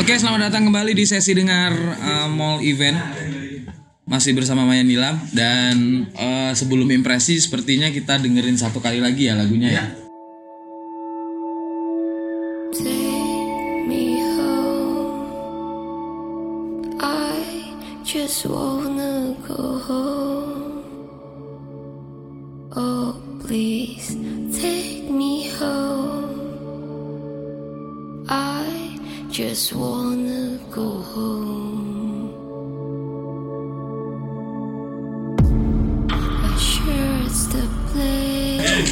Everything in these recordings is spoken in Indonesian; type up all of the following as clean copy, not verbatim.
Oke, selamat datang kembali di sesi dengar Mall Event. Masih bersama Maya Nilam. Dan sebelum impresi, sepertinya kita dengerin satu kali lagi ya lagunya ya. Take me home. I just wanna go home. Oh, please take me home. I just wanna go home. My shirt's the place.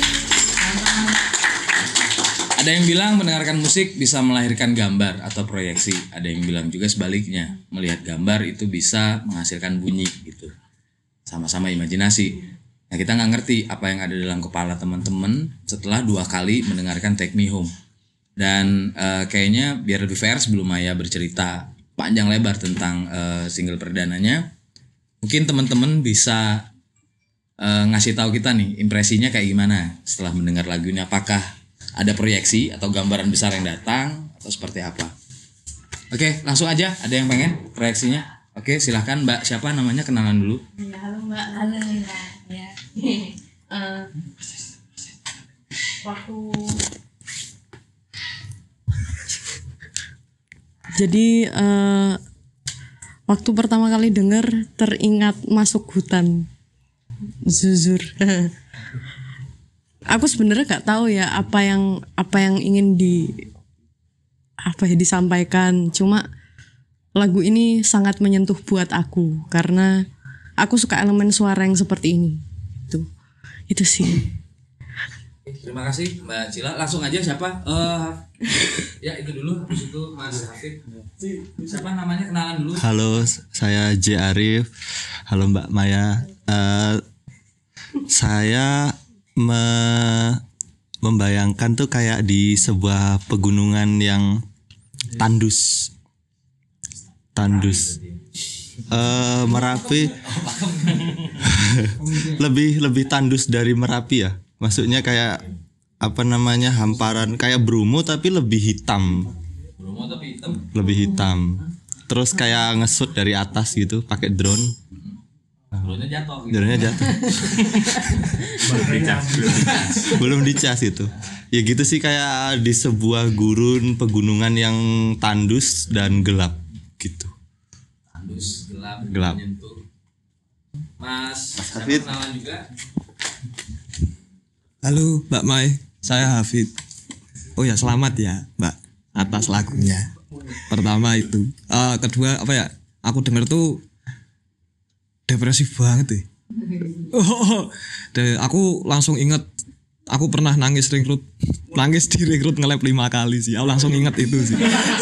Ada yang bilang mendengarkan musik bisa melahirkan gambar atau proyeksi. Ada yang bilang juga sebaliknya, melihat gambar itu bisa menghasilkan bunyi gitu. Sama-sama imajinasi. Nah, kita nggak ngerti apa yang ada dalam kepala teman-teman setelah 2 kali mendengarkan Take Me Home. Dan kayaknya biar lebih fair, sebelum Maya bercerita panjang lebar tentang single perdananya, mungkin teman-teman bisa ngasih tahu kita nih impresinya kayak gimana setelah mendengar lagu ini. Apakah ada proyeksi atau gambaran besar yang datang atau seperti apa? Oke, langsung aja. Ada yang pengen proyeksinya? Oke, silahkan Mbak. Siapa namanya? Kenalan dulu. Ya, halo Mbak. Halo Mbak. Ya. Waktu pertama kali denger teringat masuk hutan Zuzur. Aku sebenarnya nggak tahu ya apa yang ingin disampaikan. Cuma lagu ini sangat menyentuh buat aku karena aku suka elemen suara yang seperti ini. Itu sih. Terima kasih Mbak Cila. Langsung aja siapa? Ya itu dulu, habis itu Mas Hafid. Siapa namanya, kenalan dulu. Halo, saya J Arif. Halo Mbak Maya. Saya membayangkan tuh kayak di sebuah pegunungan yang tandus. Merapi. lebih tandus dari Merapi ya. Maksudnya kayak hamparan kayak Bromo tapi lebih hitam. Lebih hitam. Terus kayak ngesut dari atas gitu pakai drone. Drone-nya jatuh. Belum dicas itu. Ya gitu sih, kayak di sebuah gurun pegunungan yang tandus dan gelap gitu. Tandus, Gelap. menyentuh. Mas Hafid. kenalan juga. Halo Mbak Mai, saya Hafid. Oh ya, selamat ya Mbak atas lagunya. Pertama itu, kedua aku denger tuh depresif banget deh. Aku langsung inget, aku pernah nangis di rekrut nge-lab 5 kali sih. Aku langsung inget itu sih.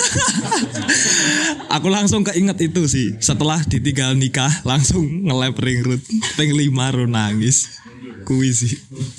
Aku langsung keinget itu sih. Setelah ditinggal nikah langsung nge-lab rekrut ping 5 ro nangis. Kuwi sih.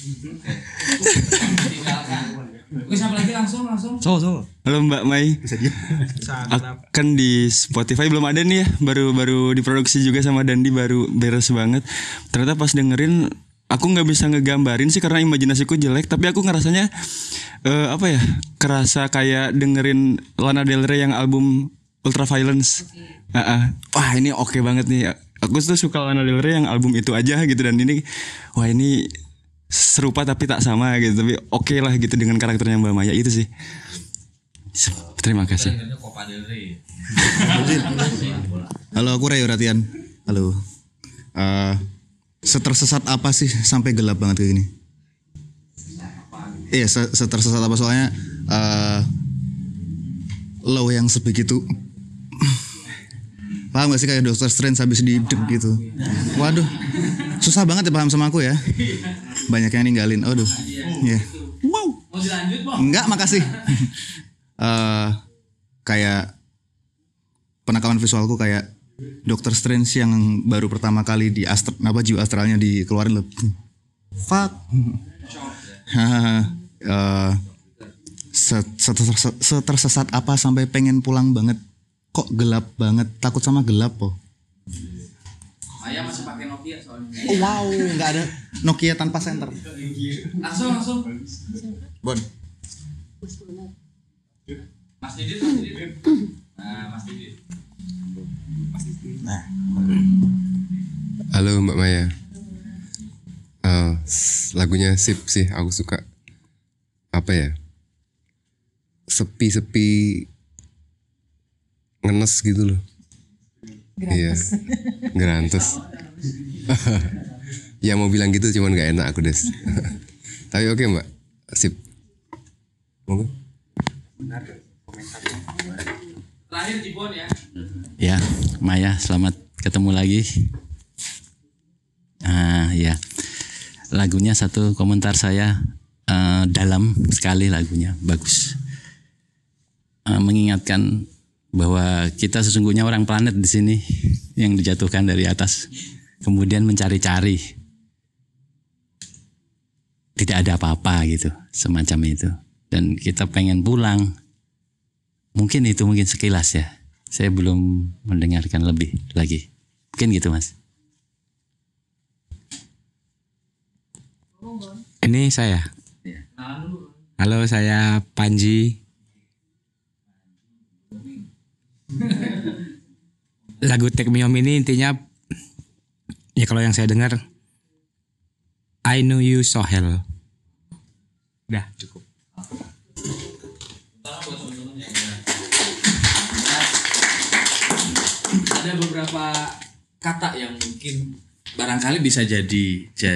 Oke, siapa lagi langsung? So. Halo Mbak Mai. Kan di Spotify belum ada nih ya, baru diproduksi juga sama Dandi, baru beres banget. Ternyata pas dengerin aku nggak bisa ngegambarin sih karena imajinasiku jelek, tapi aku ngerasanya kerasa kayak dengerin Lana Del Rey yang album Ultraviolence. Wah ini oke banget nih. Aku tuh suka Lana Del Rey yang album itu aja gitu, dan ini wah ini serupa tapi tak sama gitu, tapi oke lah gitu dengan karakternya Mbak Maya itu sih. Terima kasih. Halo, aku Ray Ratian. Halo. Setersesat apa sih sampai gelap banget kayak gini? Iya, setersesat apa, soalnya low yang sebegitu. Paham gak sih, kayak Dr. Strange habis didep gitu. Waduh, susah banget ya paham sama aku ya. Banyak yang ninggalin. Aduh. Iya. Wow. Mau dilanjut, Bang? Enggak, makasih. Kayak penekanan visualku kayak Dr. Strange yang baru pertama kali di jiwa astralnya dikeluarin loh. Fuck. Setersesat apa sampai pengen pulang banget. Kok gelap banget, takut sama gelap po. Maya masih pakai Nokia soalnya. Oh, wow, nggak ada Nokia tanpa senter. Langsung. Bon. Mas Didit. Halo Mbak Maya. Lagunya sip sih, aku suka. Apa ya? Sepi-sepi ngenes gitu loh. Iya. Gerantes. Ya mau bilang gitu cuman gak enak aku Des. Tapi oke Mbak. Sip. Monggo. Terakhir Jibon ya. Ya, Maya, selamat ketemu lagi. Ya, lagunya satu komentar saya, dalam sekali lagunya, bagus. Mengingatkan bahwa kita sesungguhnya orang planet di sini yang dijatuhkan dari atas, kemudian mencari-cari, tidak ada apa-apa gitu, semacam itu. Dan kita pengen pulang. Mungkin sekilas ya. Saya belum mendengarkan lebih lagi. Mungkin gitu Mas. Ini saya. Halo, saya Panji. Lagu Take Me Home ini intinya, ya kalau yang saya dengar, I Know You So Hell. Udah cukup. Ada beberapa kata yang mungkin barangkali bisa jadi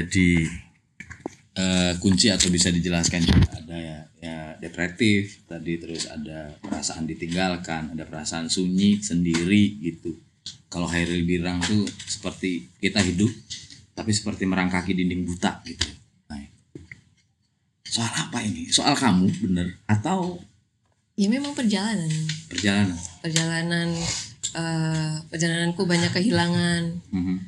kunci atau bisa dijelaskan juga. Ada ya depresif tadi, terus ada perasaan ditinggalkan, ada perasaan sunyi sendiri gitu. Kalau Hairil bilang tuh seperti kita hidup tapi seperti merangkaki dinding buta gitu. Nah, soal apa ini? Soal kamu bener atau Ya memang perjalanan. Perjalananku banyak kehilangan.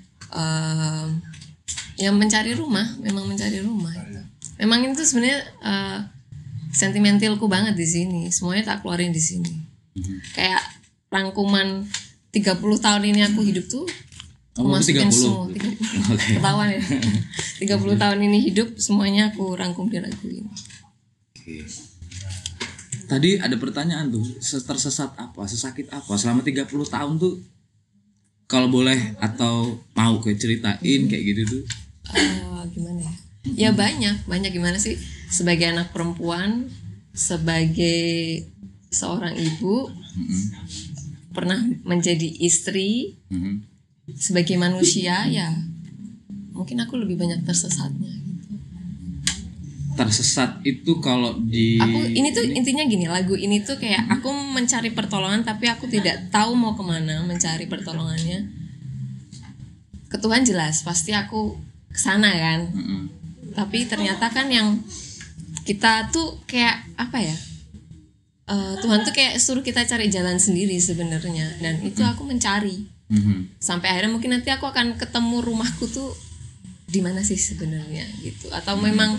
Yang mencari rumah, memang mencari rumah itu. Memang itu sebenarnya sentimentalku banget di sini. Semuanya tak keluarin di sini. Kayak rangkuman 30 tahun ini aku hidup tuh masukin semua 30. Okay. Ketahuan ya. 30 tahun ini hidup semuanya aku rangkum di lagu ini. Okay. Tadi ada pertanyaan tuh, tersesat apa, sesakit apa selama 30 tahun tuh, kalau boleh atau mau ceritain kayak gitu tuh. Gimana ya? Ya banyak gimana sih, sebagai anak perempuan, sebagai seorang ibu, pernah menjadi istri, sebagai manusia ya mungkin aku lebih banyak tersesatnya. Tersesat itu kalau di aku ini tuh intinya gini, lagu ini tuh kayak aku mencari pertolongan tapi aku tidak tahu mau kemana mencari pertolongannya. Ke Tuhan jelas pasti aku kesana kan, tapi ternyata kan yang kita tuh kayak apa ya, Tuhan tuh kayak suruh kita cari jalan sendiri sebenarnya, dan itu aku mencari sampai akhirnya mungkin nanti aku akan ketemu rumahku tuh di mana sih sebenarnya gitu, atau memang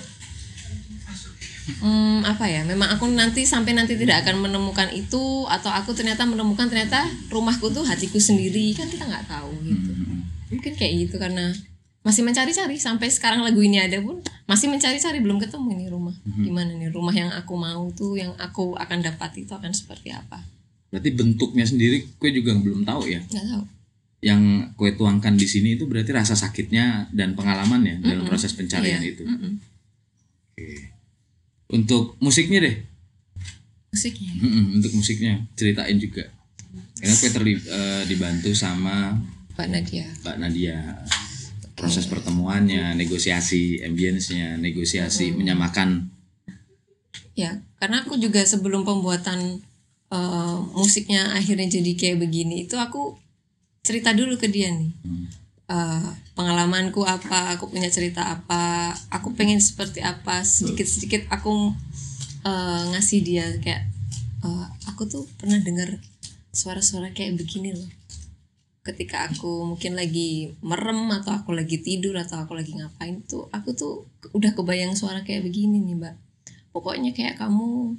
apa ya, memang aku nanti sampai nanti tidak akan menemukan itu, atau aku ternyata menemukan ternyata rumahku tuh hatiku sendiri, kan kita nggak tahu gitu. Mungkin kayak gitu, karena masih mencari-cari sampai sekarang lagu ini ada pun masih mencari-cari, belum ketemu ini rumah. Gimana nih rumah yang aku mau tuh, yang aku akan dapat itu akan seperti apa. Berarti bentuknya sendiri kue juga belum tahu ya? Nggak tahu. Yang kue tuangkan di sini itu berarti rasa sakitnya dan pengalamannya dalam proses pencarian itu. Oke. Untuk musiknya deh. Musiknya. Untuk musiknya ceritain juga. Karena kue dibantu sama Mbak Nadia. Proses pertemuannya, negosiasi ambience-nya, negosiasi menyamakan. Ya, karena aku juga sebelum pembuatan musiknya akhirnya jadi kayak begini, itu aku cerita dulu ke dia nih. Pengalamanku apa, aku punya cerita apa, aku pengen seperti apa, sedikit-sedikit aku ngasih dia kayak aku tuh pernah dengar suara-suara kayak begini loh. Ketika aku mungkin lagi merem atau aku lagi tidur atau aku lagi ngapain tuh, aku tuh udah kebayang suara kayak begini nih Mbak. Pokoknya kayak kamu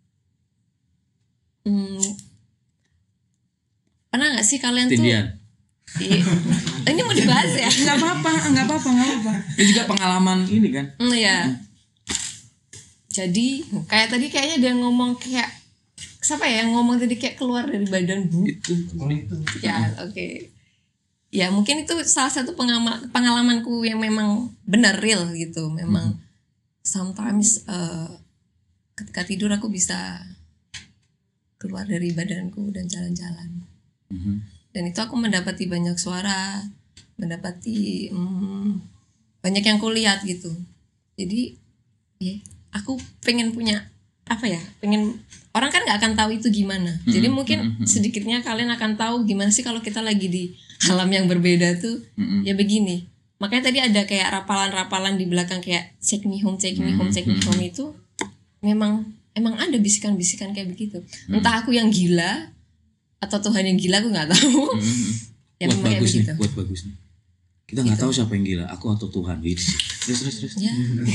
pernah nggak sih kalian Tindian. Tuh ini mau dibahas ya? Nggak apa-apa. Ini juga pengalaman ini kan. Ya. Jadi kayak tadi kayaknya dia ngomong kayak siapa ya yang ngomong tadi kayak keluar dari badan bu? Itu. Ya oke. Ya mungkin itu salah satu pengalamanku yang memang benar real gitu. Memang sometimes ketika tidur aku bisa keluar dari badanku dan jalan-jalan. Dan itu aku mendapati banyak suara, mendapati banyak yang kulihat gitu. Jadi ya aku pengen punya apa ya, pengen orang kan nggak akan tahu itu gimana. Jadi mungkin sedikitnya kalian akan tahu gimana sih kalau kita lagi di alam yang berbeda tuh. Ya begini. Makanya tadi ada kayak rapalan-rapalan di belakang kayak take me home, take me home, take me home itu emang ada bisikan-bisikan kayak begitu. Entah aku yang gila atau Tuhan yang gila, aku nggak tahu. Ya buat memang kayak bagus nih, begitu. buat bagus nih. Kita nggak tahu siapa yang gila, aku atau Tuhan gitu. Terus. Ya.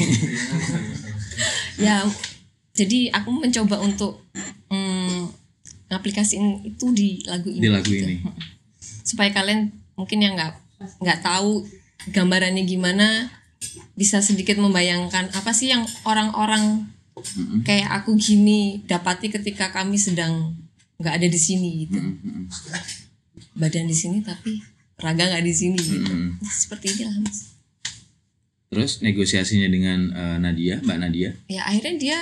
Ya, jadi aku mencoba untuk ngaplikasiin itu di lagu ini. Di lagu gitu. ini. Supaya kalian mungkin yang nggak tahu gambarannya gimana bisa sedikit membayangkan apa sih yang orang-orang kayak aku gini dapati ketika kami sedang nggak ada di sini gitu. Badan di sini tapi raga nggak di sini gitu. Seperti inilah Mas. Terus negosiasinya dengan Nadia, Mbak Nadia? Ya akhirnya dia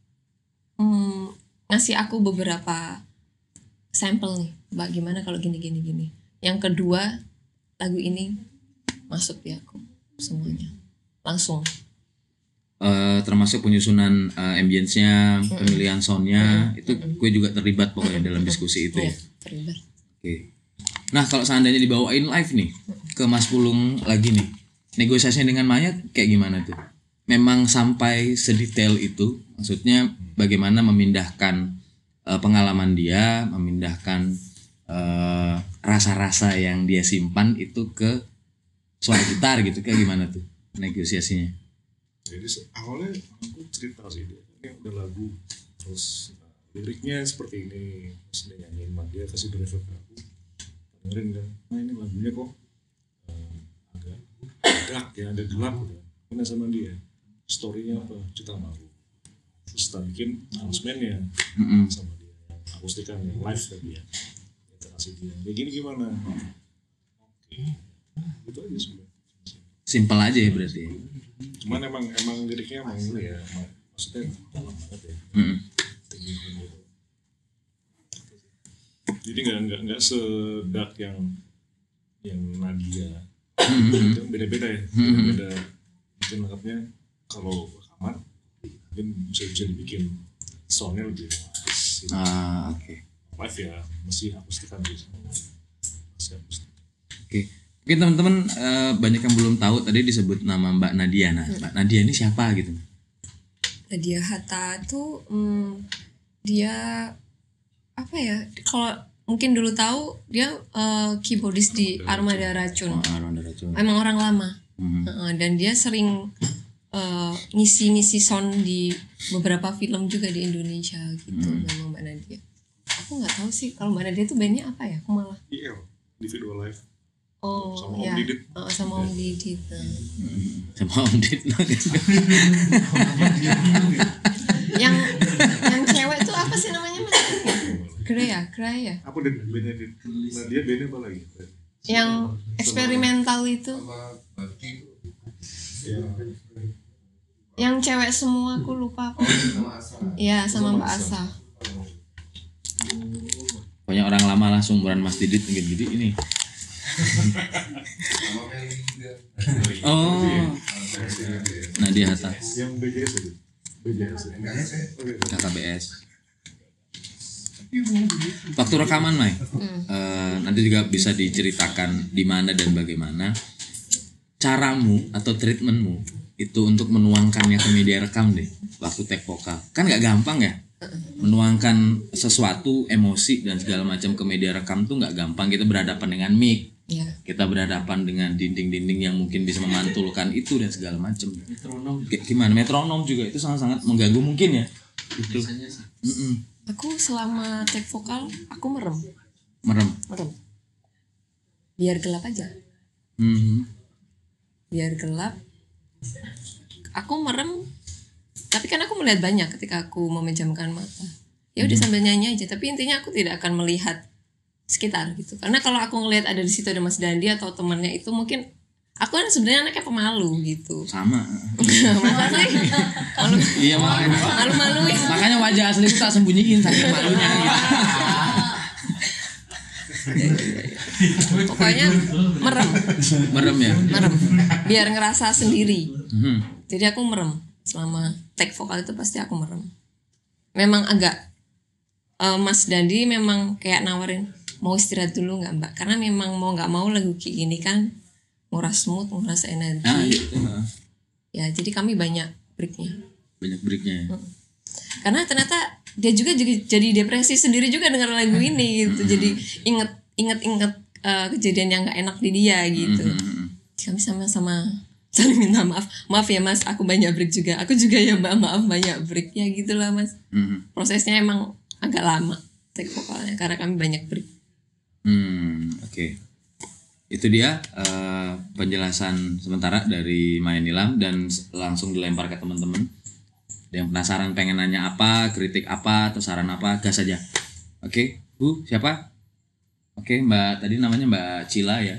ngasih aku beberapa sampel nih, Mbak gimana kalau gini. Yang kedua lagu ini masuk di aku semuanya langsung. Termasuk penyusunan ambience-nya, pemilihan sound-nya, itu gue juga terlibat pokoknya dalam diskusi itu ya. Terlibat. Oke. Nah kalau seandainya dibawain live nih ke Mas Pulung lagi nih, negosiasinya dengan Maya kayak gimana tuh? Memang sampai sedetail itu, maksudnya bagaimana memindahkan pengalaman dia, memindahkan rasa-rasa yang dia simpan itu ke suara gitar gitu, kayak gimana tuh negosiasinya? Jadi awalnya aku cerita sih dia udah lagu, terus liriknya seperti ini, terus dia nyanyiin, dia kasih driver ke aku, dengerin kan, nah ini lagunya kok agak dark ya, ada gelap gitu, mana sama dia, storynya apa, cerita sama aku, terus kita bikin arrangementnya sama dia, akustikan yang live tadi ya, kita kasih dia, kayak gini gimana? Oke, itu aja sebenarnya. Simpel aja ya berarti. Cuman emang liriknya emang ini ya, maksudnya dalam banget ya. Jadi nggak sedark yang Nadia. Itu beda-beda ya. Beda. Mungkin lengkapnya kalau rekaman mungkin bisa dibikin soundnya lebih luas. Oke. Live ya mesti akustikan gitu. Oke. Mungkin teman-teman banyak yang belum tahu, tadi disebut nama Mbak Nadia. Nah, Mbak Nadia ini siapa gitu? Nadia Hatta tuh dia apa ya? Kalau mungkin dulu tahu dia keyboardis di Armada Racun. Armada Racun. Emang orang lama. Dan dia sering ngisi sound di beberapa film juga di Indonesia gitu. Memang Mbak Nadia. Aku nggak tahu sih kalau Mbak Nadia tuh bandnya apa ya? Aku malah. Individual Live. Oh sama ya. Om Didit. Sama Om Didit. Sama Om Didit. yang cewek tuh apa sih namanya Mas? Gray ya? Apa bandnya Nadia bandnya apa lagi? Yang eksperimental itu. Yang cewek semua aku lupa apa. Iya sama Mbak Asa. Banyak orang lama langsung umuran Mas Didit gitu ini. Oh, Nadia Hatta. Yang BGS aja. KKBS. Waktu rekaman Mai, nanti juga bisa diceritakan di mana dan bagaimana caramu atau treatmentmu itu untuk menuangkannya ke media rekam deh. Waktu take vokal kan nggak gampang ya. Menuangkan sesuatu, emosi dan segala macam ke media rekam tuh nggak gampang. Kita berhadapan dengan mic. Kita berhadapan dengan dinding-dinding yang mungkin bisa memantulkan itu dan segala macam. Gimana metronom juga itu sangat-sangat mengganggu mungkin ya. Itu. Aku selama take vokal aku merem. Biar gelap aja. Biar gelap. Aku merem. Tapi kan aku melihat banyak ketika aku memejamkan mata. ya udah sambil nyanyi aja, tapi intinya aku tidak akan melihat sekitar gitu, karena kalau aku ngelihat ada di situ ada Mas Dandi atau temannya itu, mungkin aku kan sebenarnya anaknya pemalu gitu. Sama. Masa sih? Iya Malu-maluin. Makanya wajah asli itu tak sembunyiin saking malunya gitu. Pokoknya merem ya. Biar ngerasa sendiri. Jadi aku merem selama take vokal itu, pasti aku merem. Memang agak Mas Dandi memang kayak nawarin, mau istirahat dulu nggak Mbak? Karena memang mau nggak mau lagu kayak gini kan nguras mood, nguras energi. Gitu. Ya jadi kami banyak breaknya. Banyak breaknya. Ya. Karena ternyata dia juga jadi depresi sendiri juga dengar lagu ini gitu. Jadi inget kejadian yang nggak enak di dia gitu. Kami sama-sama saling minta maaf. Maaf ya Mas, aku banyak break juga. Aku juga ya Mbak, maaf banyak break. Ya gitulah Mas. Prosesnya emang agak lama take vokalnya karena kami banyak break. Oke. Itu dia penjelasan sementara dari Maya Nilam, dan langsung dilempar ke teman-teman. Ada yang penasaran pengen nanya apa, kritik apa, atau saran apa, gas aja. Oke, Bu, siapa? Oke, Mbak, tadi namanya Mbak Cila ya.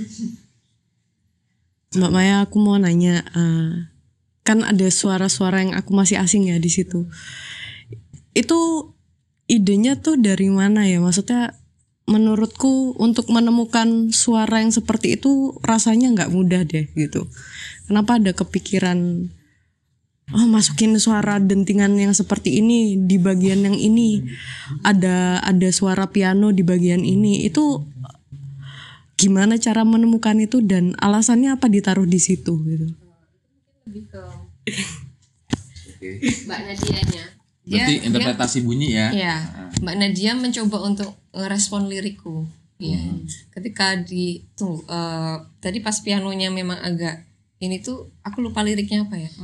Mbak Maya, aku mau nanya, kan ada suara-suara yang aku masih asing ya di situ. Itu idenya tuh dari mana ya? Maksudnya menurutku untuk menemukan suara yang seperti itu rasanya nggak mudah deh gitu. Kenapa ada kepikiran masukin suara dentingan yang seperti ini di bagian yang ini, ada suara piano di bagian ini, itu gimana cara menemukan itu dan alasannya apa ditaruh di situ gitu? Lebih ke Mbak Nadianya. Berarti interpretasi bunyi ya? Iya, Mbak Nadia mencoba untuk ngerespon lirikku. Iya. Ketika tadi pas pianonya memang agak ini tuh, aku lupa liriknya apa ya.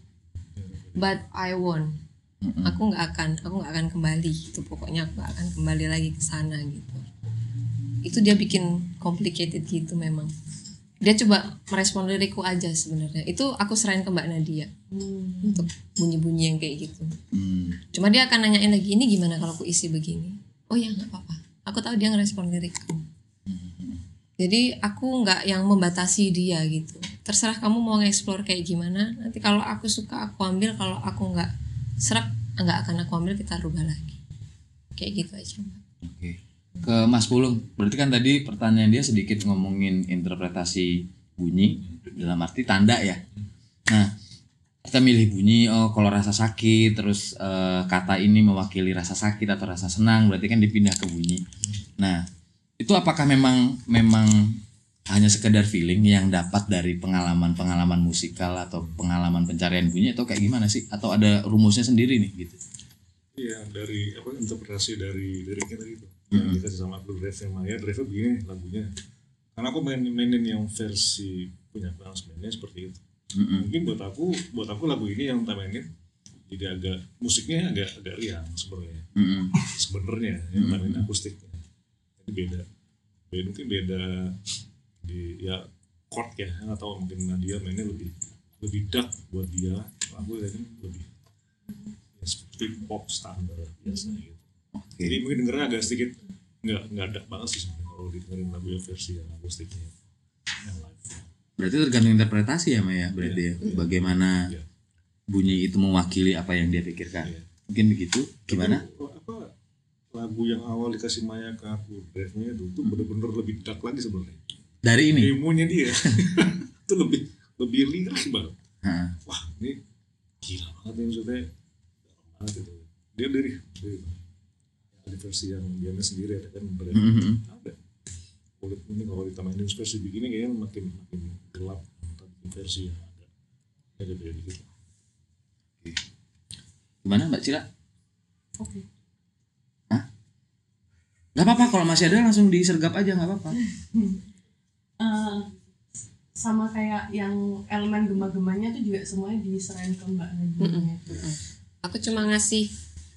But I won't. Aku nggak akan kembali. Itu pokoknya aku nggak akan kembali lagi ke sana gitu. Itu dia bikin complicated gitu memang. Dia coba merespon lirikku aja sebenarnya. Itu aku serahin ke Mbak Nadia untuk bunyi-bunyi yang kayak gitu. Cuma dia akan nanyain lagi, ini gimana kalau aku isi begini? Oh ya nggak apa-apa. Aku tahu dia ngerespon lirikku. Jadi aku nggak yang membatasi dia gitu. Terserah kamu mau nge-explore kayak gimana. Nanti kalau aku suka aku ambil, kalau aku nggak serak nggak akan aku ambil, kita rubah lagi. Kayak gitu aja Mbak. Oke. Ke Mas Pulung, berarti kan tadi pertanyaan dia sedikit ngomongin interpretasi bunyi dalam arti tanda ya. Nah, kita milih bunyi, kalau rasa sakit, terus kata ini mewakili rasa sakit atau rasa senang, berarti kan dipindah ke bunyi. Nah, itu apakah memang hanya sekedar feeling yang dapat dari pengalaman musikal atau pengalaman pencarian bunyi, atau kayak gimana sih? Atau ada rumusnya sendiri nih gitu? Iya, dari interpretasi dari liriknya tadi itu. Yang dikasih sama aku drive-nya Maya, drive-nya begini lagunya. Karena aku mainin yang versi punya arrangementnya seperti itu. Mungkin buat aku lagu ini yang tak mainin jadi agak musiknya agak riang sebenarnya. Sebenarnya yang mainin akustiknya. Jadi beda mungkin beda di ya chord ya, nggak tahu, mungkin Nadia mainnya lebih dark buat dia, aku lihatnya lebih ya, seperti pop standar biasa gitu. Jadi mungkin dengernya agak sedikit nggak dark banget sih sebenarnya kalau didengerin lagu yang versi yang akustiknya yang live. Berarti tergantung interpretasi ya Maya, berarti ya bagaimana bunyi itu mewakili apa yang dia pikirkan. Mungkin begitu. Gimana? Apa lagu yang awal dikasih Maya ke aku, drive-nya itu bener-bener lebih dark lagi sebenarnya. Dari ini? Demonya dia itu lebih lirik banget. Wah ini gila banget ya, maksudnya banget itu. Dia dari ada versi yang dia sendiri ada kan ada. Ini kalau ditambahin versi begini kayaknya makin gelap, versi yang ada beda dikit. Gimana Mbak Cila? Oke. Gak apa-apa, kalau masih ada langsung disergap aja, gak apa-apa. Sama kayak yang elemen gema-gemanya tuh juga semuanya diserahin ke Mbak Nadia. Aku cuma ngasih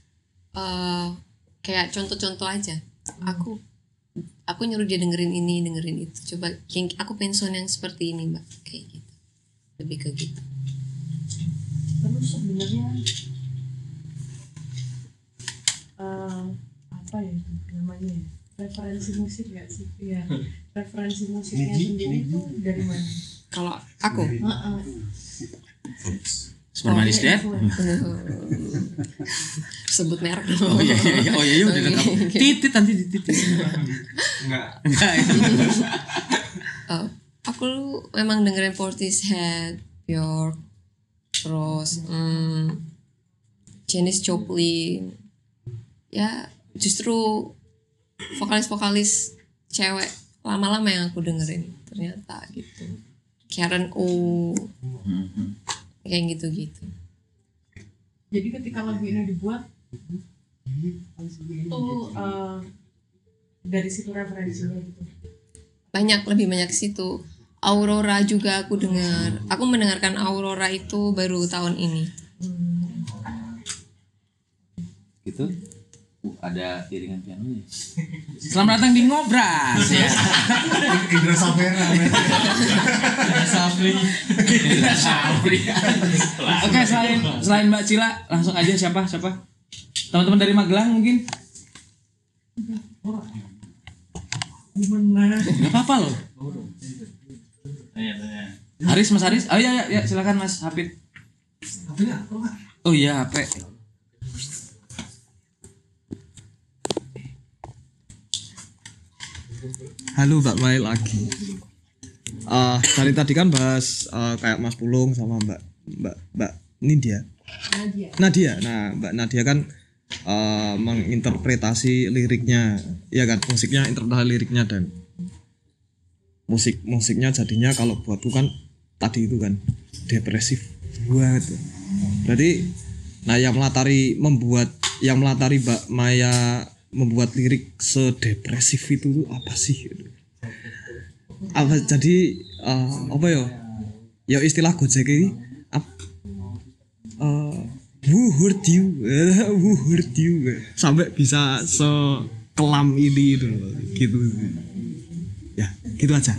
kayak contoh-contoh aja. Aku nyuruh dia dengerin ini, dengerin itu. Coba aku pengen sound yang seperti ini Mbak, kayak gitu. Lebih ke gitu. Terus sebenarnya apa ya itu namanya ya? Referensi musik gak sih? Iya. Referensi musiknya sendiri itu dari mana? Kalau aku Superman is Dead. sebut merek. Oh iya udah tetap. Titit nanti titit. Enggak. Aku memang dengerin Portishead, Bjork, terus Janis Joplin. Ya justru vokalis cewek lama-lama yang aku dengerin ternyata gitu. Karen O, kayak gitu-gitu. Jadi ketika lagu ini dibuat tuh dari situ referensinya gitu. Lebih banyak situ. Aurora juga aku dengar. Aku mendengarkan Aurora itu baru tahun ini. Gitu. Ada iringan pianonya. Selamat datang di Ngobras ya. Indra Safera. Indra Safri. Oke, selain Mbak Cila, langsung aja siapa? Teman-teman dari Magelang mungkin? Gak apa-apa loh. Haris, Mas Haris. Oh iya, silakan Mas Hafid. Oh iya, HP. Halo Mbak Mai lagi. Dari tadi kan bahas kayak Mas Pulung sama Mbak Nadia. Nah, Mbak Nadia kan menginterpretasi liriknya, ya kan, musiknya interpretasi liriknya dan musiknya jadinya kalau buatku kan tadi itu kan depresif banget. Berarti yang melatari Mbak Maya membuat lirik sedepresif itu tuh apa sih? Apa jadi apa ya istilah Gojek ini who hurt you sampai bisa sekelam ini gitu ya, gitu aja.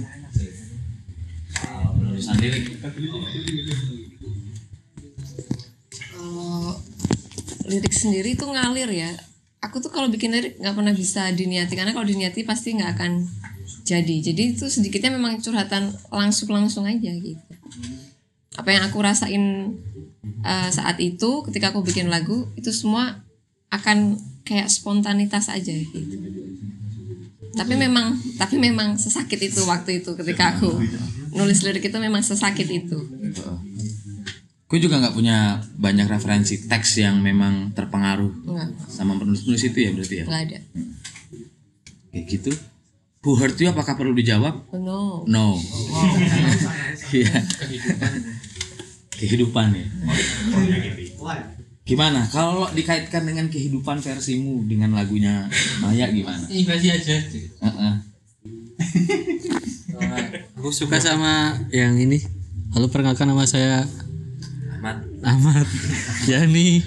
Lirik sendiri tuh ngalir ya. Aku tuh kalau bikin lirik nggak pernah bisa diniati, karena kalau diniati pasti nggak akan jadi itu sedikitnya memang curhatan langsung aja gitu. Apa yang aku rasain saat itu ketika aku bikin lagu itu semua akan kayak spontanitas aja gitu. Tapi memang sesakit itu waktu itu ketika aku nulis lirik itu, memang sesakit itu. Gue juga nggak punya banyak referensi teks yang memang terpengaruh sama penulis itu ya, berarti ya. Nggak ada. Kayak gitu. Who hurt you apakah perlu dijawab? No. Iya. Kehidupan ya. Gimana kalau dikaitkan dengan kehidupan versimu dengan lagunya Maya gimana? Impresi aja. Aku suka sama yang ini. Halo, perkenalkan nama saya Ahmad Yani.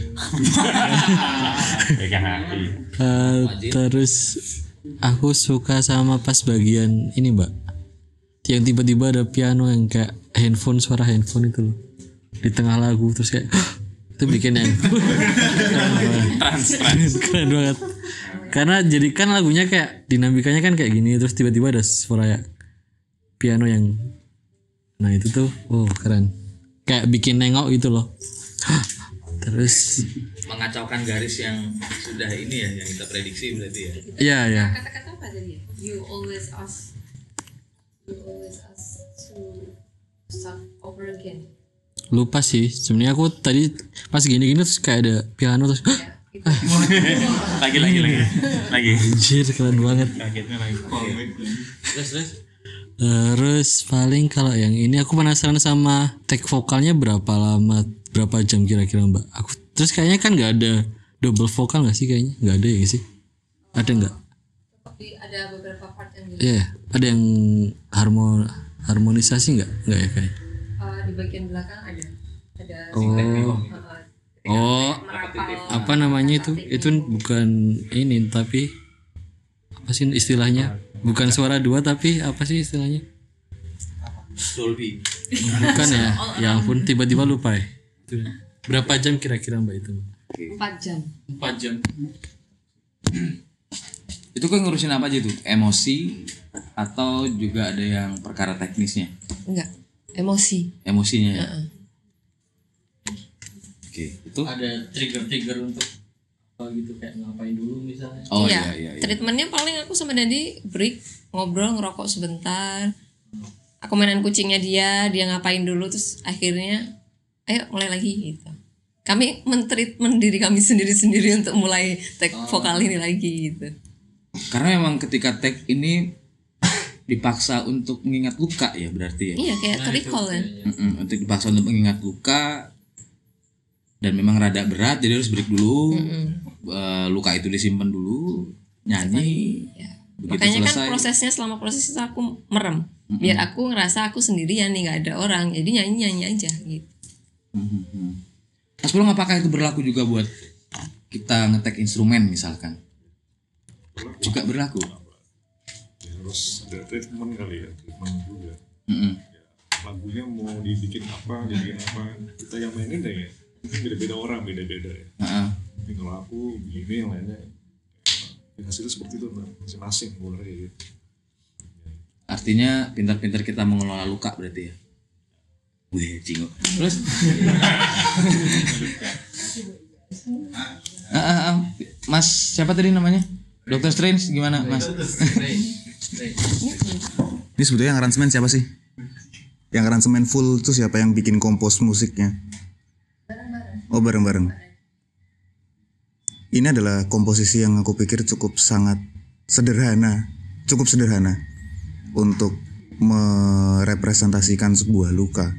Terus aku suka sama pas bagian ini Mbak, yang tiba-tiba ada piano yang kayak suara handphone itu loh di tengah lagu, terus kayak itu bikin yang keren banget. Karena jadikan lagunya kayak dinamikanya kan kayak gini, terus tiba-tiba ada suara piano yang, nah itu tuh keren, kayak bikin nengok gitu loh. Terus mengacaukan garis yang sudah ini ya, yang kita prediksi berarti ya. Iya. Kata-kata apa tadi? You always ask to start over again. Lupa sih sebenarnya, aku tadi pas gini-gini terus kayak ada piano terus lagi anjir keren banget. Terus paling kalau yang ini aku penasaran sama take vokalnya berapa jam kira-kira Mbak. Aku terus kayaknya kan nggak ada double vokal nggak sih, kayaknya nggak ada ya sih, ada nggak? Tapi ada beberapa part yang ada yang harmonisasi nggak ya kayaknya? Di bagian belakang ada apa namanya itu bukan ini, tapi apa sih istilahnya, bukan suara dua tapi apa sih istilahnya? Dolby. Bukan ya ampun, tiba-tiba lupa ya. Berapa jam kira-kira Mbak itu? 4 jam. Itu kan ngurusin apa aja tuh? Emosi atau juga ada yang perkara teknisnya? Enggak, emosi. Emosinya ya. Heeh. Oke, itu Ada trigger-trigger untuk apa gitu kayak ngapain dulu misalnya. oh Iya, iya. treatmentnya paling aku sama Dandi break, ngobrol, ngerokok sebentar. Aku mainan kucingnya dia ngapain dulu, terus akhirnya ayo mulai lagi gitu. Kami mentreatment diri kami sendiri-sendiri untuk mulai take vokal ini lagi gitu. Karena memang ketika tag ini dipaksa untuk mengingat luka ya berarti ya. Iya, kayak ke-recall kan. Untuk dipaksa untuk mengingat luka dan memang rada berat jadi harus break dulu. Luka itu disimpan dulu, nyanyi. Ya. Begitu Makanya selesai. kan prosesnya selama proses itu aku merem. Biar aku ngerasa aku sendirian nih, nggak ada orang. Jadi nyanyi aja gitu. Mas Pulung, apakah itu berlaku juga buat kita ngetek instrumen misalkan? Juga berlaku. Ya, harus ada treatment kali ya, treatment juga. Mm-mm. Ya, lagunya mau dibikin apa, dibikin apa, kita yang mainin deh ya. Beda-beda orang, beda-beda ya. Tapi kalau aku begini, yang lainnya ya, hasilnya seperti itu, masing-masing boleh kayak gitu. Artinya pintar-pintar kita mengelola luka berarti ya. Wih, cingo. Terus Mas siapa tadi namanya? Dr. Strange gimana Mas? Ini sebetulnya yang aransemen siapa sih? Yang aransemen full itu siapa yang bikin kompos musiknya? Oh, bareng-bareng. Ini adalah komposisi yang aku pikir cukup sederhana untuk merepresentasikan sebuah luka.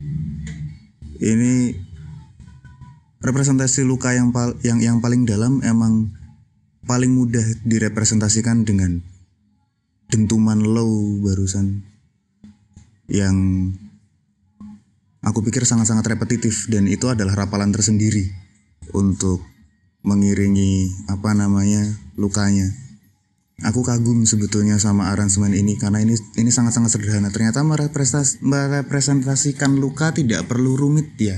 Ini representasi luka yang paling dalam, emang paling mudah direpresentasikan dengan dentuman low barusan yang aku pikir sangat-sangat repetitif, dan itu adalah rapalan tersendiri untuk mengiringi lukanya. Aku kagum sebetulnya sama aransemen ini karena ini sangat-sangat sederhana. Ternyata merepresentasikan luka tidak perlu rumit ya.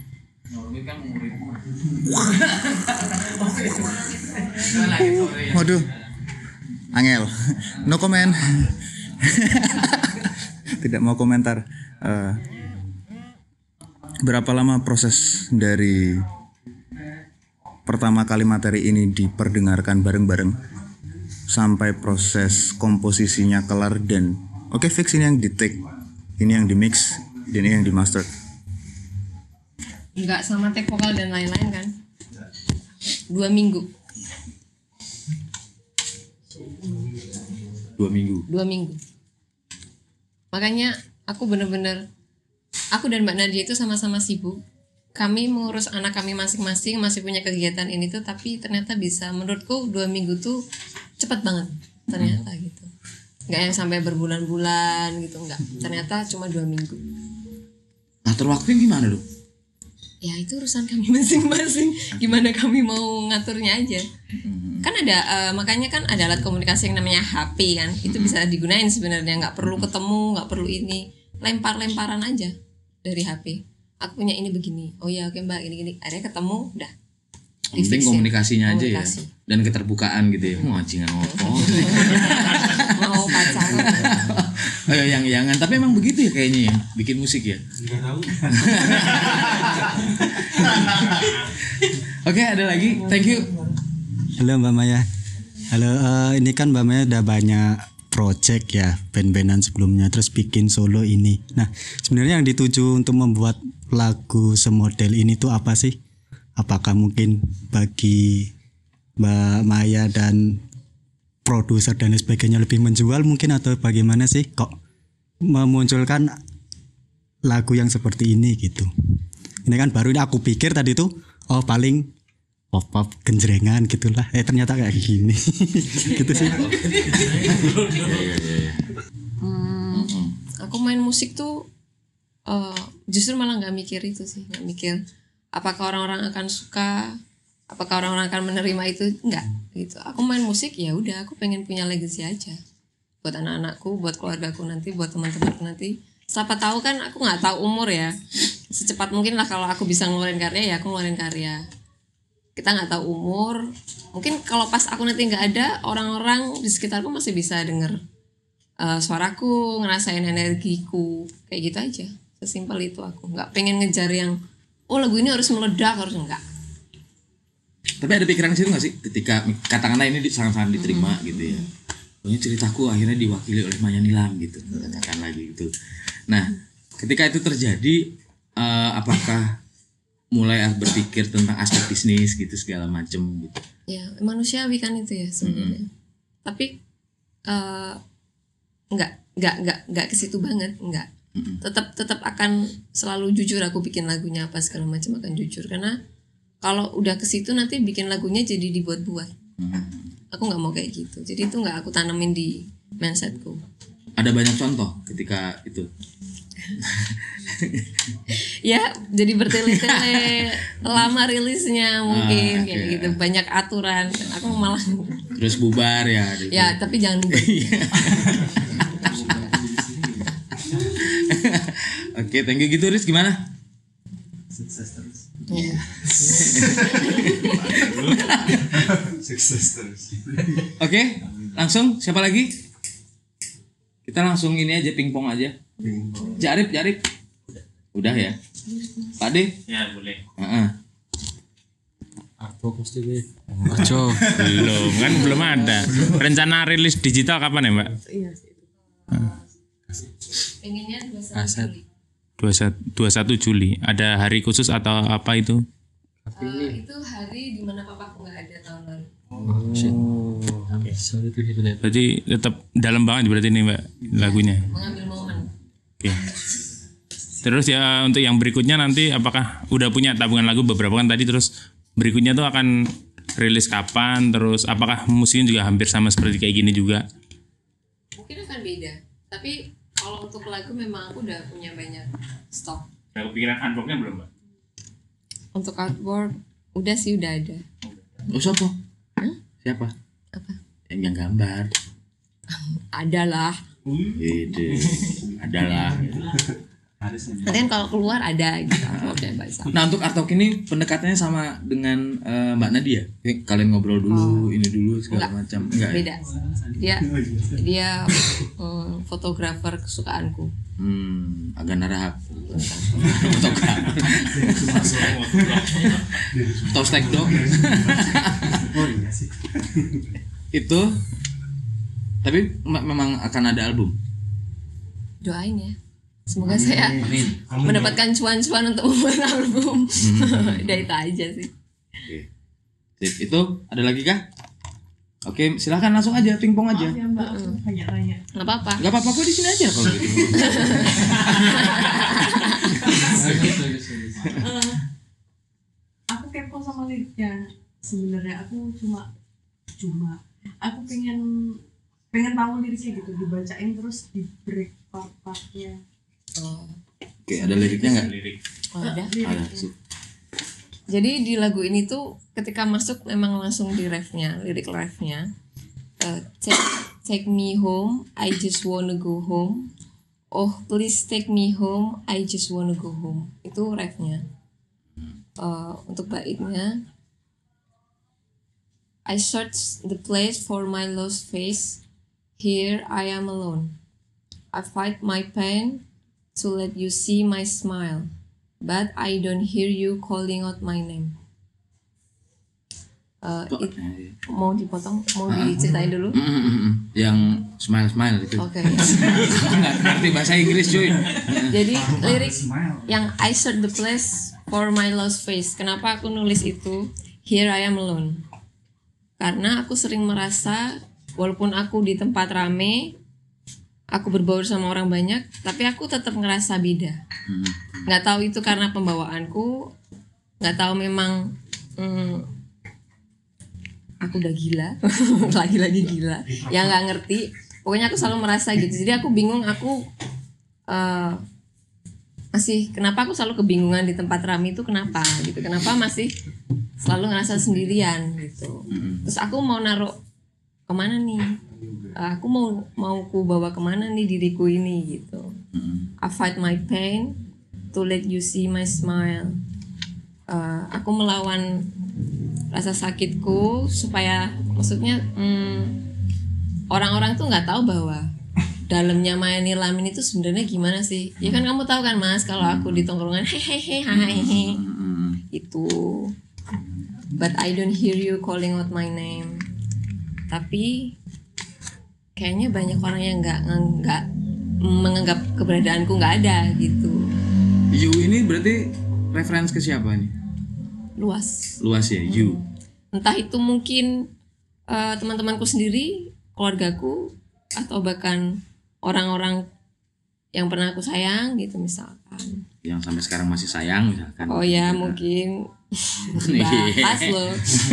Waduh, angel, no comment. Tidak mau komentar. Berapa lama proses dari pertama kali materi ini diperdengarkan bareng-bareng sampai proses komposisinya kelar dan oke, fix, ini yang di take, ini yang di mix, dan ini yang di master. Enggak sama take vokal dan lain-lain kan. 2 minggu. 2 minggu. Makanya aku bener-bener, aku dan Mbak Nadia itu sama-sama sibuk. Kami mengurus anak kami masing-masing, masih punya kegiatan ini tuh, tapi ternyata bisa, menurutku 2 minggu tuh cepat banget ternyata gitu. Nggak yang sampai berbulan-bulan gitu, nggak. Ternyata cuma 2 minggu. Ngatur waktunya gimana dong? Ya itu urusan kami masing-masing. Gimana kami mau ngaturnya aja. Kan ada, makanya kan ada alat komunikasi yang namanya HP kan. Itu bisa digunain sebenarnya, nggak perlu ketemu, nggak perlu ini. Lempar-lemparan aja dari HP. Aku punya ini begini. Oh ya oke Mbak, ini akhirnya ketemu, udah. Penting komunikasinya aja ya. Dan keterbukaan gitu ya. Anjingan ngomong. Mau pacaran. Yang tapi emang begitu ya kayaknya ya, bikin musik ya. Enggak tahu. Oke, ada lagi. Thank you. Halo Mbak Maya. Halo, ini kan Mbak Maya udah banyak project ya, band-bandan sebelumnya, terus bikin solo ini. Nah, sebenarnya yang dituju untuk membuat lagu semodel ini tuh apa sih? Apakah mungkin bagi Mbak Maya dan produser dan sebagainya lebih menjual mungkin, atau bagaimana sih kok memunculkan lagu yang seperti ini gitu? Ini kan baru, ini aku pikir tadi tuh paling pop genjrengan gitulah, ternyata kayak gini. Gitu sih. Aku main musik tuh justru malah nggak mikir itu sih, nggak mikir apakah orang-orang akan suka, apakah orang-orang akan menerima itu, enggak gitu. Aku main musik ya udah, aku pengen punya legacy aja buat anak-anakku, buat keluargaku nanti, buat teman-temanku nanti. Siapa tahu kan, aku nggak tahu umur ya. Secepat mungkin lah kalau aku bisa ngeluarin karya ya aku ngeluarin karya. kita nggak tahu umur. Mungkin kalau pas aku nanti nggak ada, orang-orang di sekitarku masih bisa denger suaraku, ngerasain energiku, kayak gitu aja. Sesimpel itu aku. Nggak pengen ngejar yang lagu ini harus meledak, harus enggak. Tapi ada pikiran situ nggak sih ketika katakanlah ini sangat-sangat diterima gitu ya. Pokoknya ceritaku akhirnya diwakili oleh Maya Nilam gitu, katakan lagi gitu. Nah, ketika itu terjadi, apakah mulai berpikir tentang aspek bisnis gitu segala macem gitu? Ya manusiawi kan itu ya sebenarnya. Tapi nggak ke situ banget, nggak. Tetap akan selalu jujur, aku bikin lagunya apa segala macam akan jujur, karena kalau udah ke situ nanti bikin lagunya jadi dibuat-buat. Aku nggak mau kayak gitu, jadi itu nggak aku tanemin di mindsetku. Ada banyak contoh ketika itu. Ya jadi bertele-tele, lama rilisnya mungkin kayak gitu, banyak aturan, aku malah terus bubar ya gitu. Ya tapi jangan bubar. Oke, thank you gitu Riz, gimana? Sukses terus. Yeah. Sukses terus. Oke, langsung siapa lagi? Kita langsung ini aja, pingpong aja. Jarip. Udah ya. Pak De? Ya boleh. Artwork mesti deh. Belum ada. Rencana rilis digital kapan ya, Mbak? Iya sih. Pengennya 21 Juli. Ada hari khusus atau apa itu? Itu hari dimana papaku nggak ada tahun lalu. Berarti tetap dalam banget berarti ini Mbak lagunya. Mengambil momen. Oke. Terus ya untuk yang berikutnya nanti apakah udah punya tabungan lagu beberapa kan tadi, terus berikutnya tuh akan rilis kapan, terus apakah musiknya juga hampir sama seperti kayak gini juga? Mungkin akan beda, tapi kalau untuk lagu memang aku udah punya banyak stok. Nah, kepikiran artworknya belum Mbak? Untuk artwork udah sih, udah ada. Oh siapa? Siapa? Apa? Yang gambar. Adalah. Ide. Adalah. Nanti kan kalau keluar ada gitu artworknya Mbak Isa. Nah untuk artwork ini pendekatannya sama dengan Mbak Nadia. Kalian ngobrol dulu, ini dulu segala macam. Enggak. Beda. Dia fotografer kesukaanku. Agak narahap. Fotografer. Tostek dong. Oh iya sih. Itu. Tapi memang akan ada album. Doain ya. Semoga saya mendapatkan cuan-cuan untuk membuat album. Udah itu aja sih. Oke. Sip, itu ada lagi kah? Oke, silahkan langsung aja, pingpong aja. Maaf ya Mbak, aku tanya-tanya. Nggak apa-apa. Gak apa-apa, kok di sini aja kalau gitu. Aku kepo sama liriknya. Sebenarnya aku cuma aku pengen tahu liriknya gitu, dibacain terus di break part-partnya. Oke, ada liriknya nggak? Ada. Ada sih. Jadi di lagu ini tuh ketika masuk memang langsung di refnya, lirik refnya. Take me home, I just wanna go home. Oh please take me home, I just wanna go home. Itu refnya. Untuk baitnya, I search the place for my lost face. Here I am alone. I fight my pain to let you see my smile, but I don't hear you calling out my name. Mau dipotong, mau diceritain dulu? Yang smile itu. Oke. Nggak ngerti bahasa Inggris cuy. Jadi lirik yang I search the place for my lost face. Kenapa aku nulis itu? Here I am alone. Karena aku sering merasa walaupun aku di tempat rame, aku berbaur sama orang banyak, tapi aku tetap ngerasa beda. Nggak tahu itu karena pembawaanku, nggak tahu memang aku udah gila, lagi-lagi gila, yang nggak ngerti. Pokoknya aku selalu merasa gitu. Jadi aku bingung, aku masih kenapa aku selalu kebingungan di tempat ramai itu kenapa gitu? Kenapa masih selalu ngerasa sendirian gitu? Terus aku mau naruh kemana nih? Aku mau ku bawa kemana nih diriku ini gitu? I fight my pain to let you see my smile. Aku melawan rasa sakitku supaya maksudnya orang-orang tuh nggak tahu bahwa dalamnya Maya Nirlamin itu sebenarnya gimana sih? Ya kan kamu tahu kan Mas, kalau aku di tongkrongan hehehe itu, but I don't hear you calling out my name. Tapi kayaknya banyak orang yang nggak menganggap keberadaanku nggak ada gitu. You ini berarti referensi ke siapa nih? Luas ya, you. Entah itu mungkin teman-temanku sendiri, keluargaku, atau bahkan orang-orang yang pernah aku sayang gitu misalkan. Yang sampai sekarang masih sayang misalkan. Oh ya mungkin bahas loh.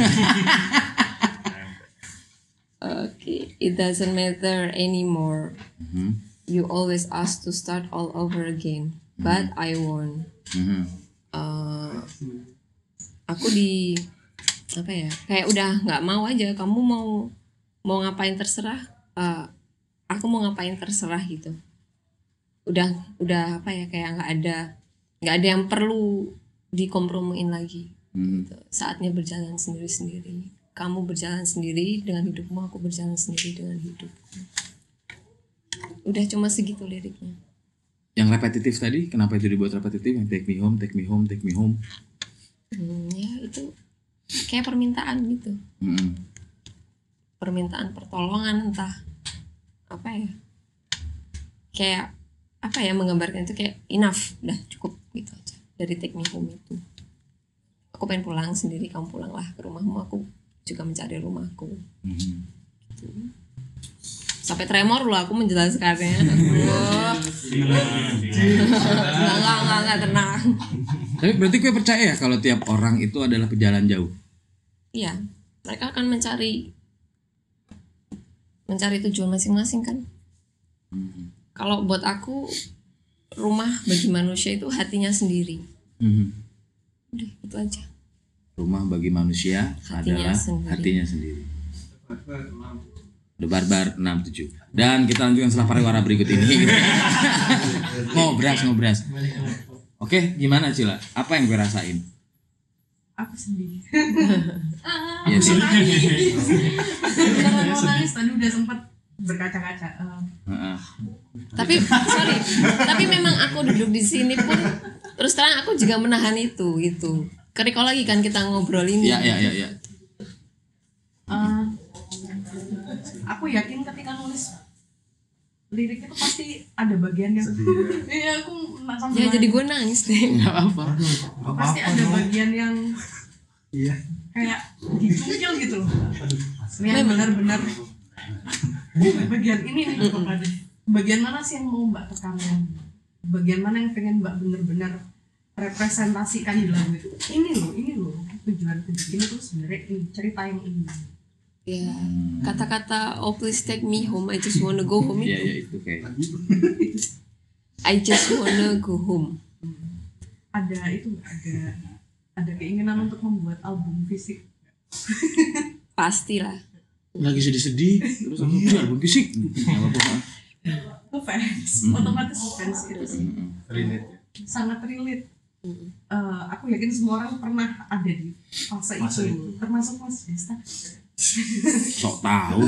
Okay, it doesn't matter anymore. You always ask to start all over again, but I won. Aku apa ya? Kayak udah nggak mau aja. Kamu mau ngapain terserah. Aku mau ngapain terserah gitu. Udah apa ya, kayak nggak ada yang perlu dikompromiin lagi. Gitu. Saatnya berjalan sendiri-sendiri. Kamu berjalan sendiri dengan hidupmu, aku berjalan sendiri dengan hidupku. Udah cuma segitu liriknya. Yang repetitif tadi, kenapa itu dibuat repetitif? Yang take me home, take me home, take me home. Ya itu kayak permintaan gitu. Permintaan pertolongan, entah apa ya, kayak apa ya, menggambarkan itu kayak enough, udah cukup gitu aja dari take me home itu. Aku pengen pulang sendiri, kamu pulanglah ke rumahmu, aku juga mencari rumahku. Gitu. Sampai tremor loh aku menjelaskannya. Enggak tenang. Tapi berarti gue percaya ya kalau tiap orang itu adalah pejalan jauh. Iya, mereka akan mencari tujuan masing-masing kan. Kalau buat aku, rumah bagi manusia itu hatinya sendiri. Udah itu aja. Rumah bagi manusia adalah hatinya sendiri. The Barbar 67. Dan kita lanjutkan setelah pariwara berikut ini. Ngobras. Oke, gimana Cila? Apa yang gue rasain? Aku sedih. Iya sih. Beneran mau nangis tadi udah sempat berkaca-kaca. Tapi memang aku duduk di sini pun terus terang aku juga menahan itu gitu. Keriko lagi kan kita ngobrol ini. Iya. Aku yakin ketika nulis lirik itu pasti ada bagian yang iya aku ya jadi gue nangis deh. Nggak apa. Pasti ada bagian yang kayak dicucil gitu loh. Yang benar-benar bagian ini nih bagian mana sih yang mau Mbak tekankan, bagian mana yang pengen Mbak benar-benar representasikan di lagu itu. Ini loh tujuan ini tuh sebenarnya cerita yang ini. Ya, kata-kata "Oh please take me home, I just wanna go home" itu. Iya itu kayak. I just wanna go home. Ada keinginan untuk membuat album fisik. Pastilah. Lagi sedih-sedih terus aku album fisik. Fans, otomatis fans itu sih. Sangat relate. Aku yakin semua orang pernah ada di fase itu. Termasuk Mas Desta. Sok tahu.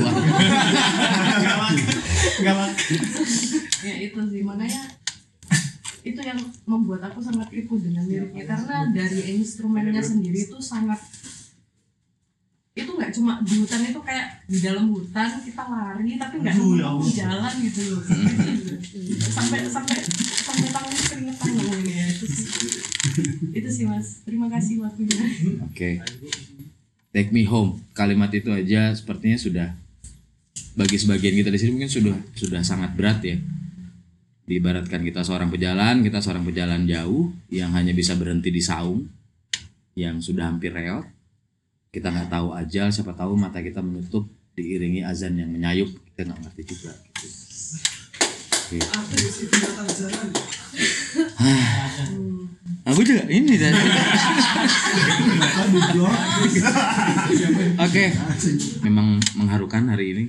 Galak. Ya itu sih, makanya itu yang membuat aku sangat tertipu dengan liriknya, karena dari instrumennya sendiri itu sangat, itu nggak cuma di hutan, itu kayak di dalam hutan kita lari tapi nggak nemu jalan gitu loh. sampai tangan keringetan ngomongnya. Itu sih Mas, terima kasih waktunya. Oke. Take me home, kalimat itu aja sepertinya sudah bagi sebagian kita di sini mungkin sudah sangat berat ya. Diibaratkan kita seorang pejalan jauh yang hanya bisa berhenti di saung yang sudah hampir reot. Kita nggak tahu ajal, siapa tahu mata kita menutup diiringi azan yang menyayup, kita nggak ngerti juga. Gitu. Aku juga ini tadi. Oke, memang mengharukan hari ini.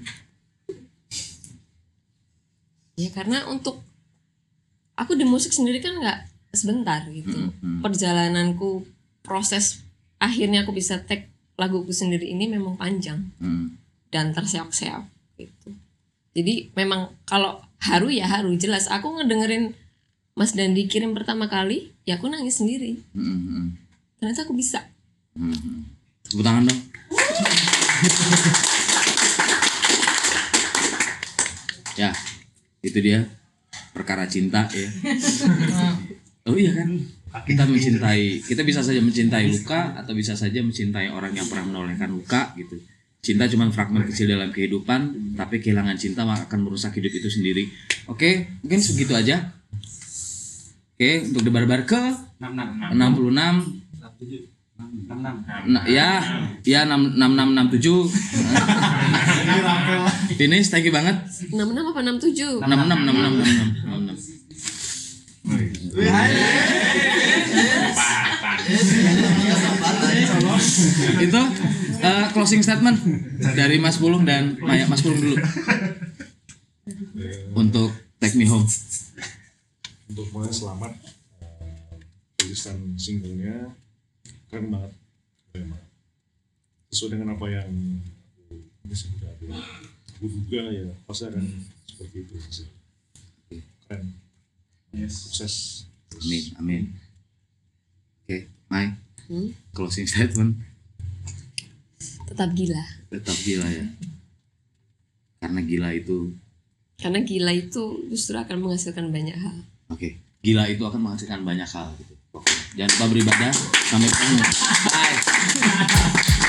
Ya karena untuk aku di musik sendiri kan nggak sebentar gitu. Perjalananku, proses akhirnya aku bisa take laguku sendiri ini memang panjang dan terseok-seok gitu. Jadi memang kalau haru ya haru, jelas aku ngedengerin Mas Dandi kirim pertama kali ya aku nangis sendiri. Ternyata aku bisa. Tepuk tangan dong. Ya, itu dia perkara cinta ya. Oh iya kan, kita mencintai, kita bisa saja mencintai luka atau bisa saja mencintai orang yang pernah menolehkan luka gitu. Cinta cuma fragmen kecil dalam kehidupan, tapi kehilangan cinta akan merusak hidup itu sendiri. Oke, mungkin segitu aja. Oke, untuk debar-debar ke 66. Nah, ya 6667. Finish, thank you banget. 66 apa 67? 66. Itu closing statement dari Mas Pulung dan Maya. Mas Pulung dulu untuk Take Me Home. Untuk Maya selamat, tulisan singlenya keren banget, sesuai dengan apa yang aku duga ya pasti akan seperti itu sih. Keren, sukses. Amin. Oke, Mai, closing statement. Tetap gila. Tetap gila ya, karena gila itu justru akan menghasilkan banyak hal. Oke, gila itu akan menghasilkan banyak hal gitu. Jangan lupa beribadah. Sampai ketemu. Bye.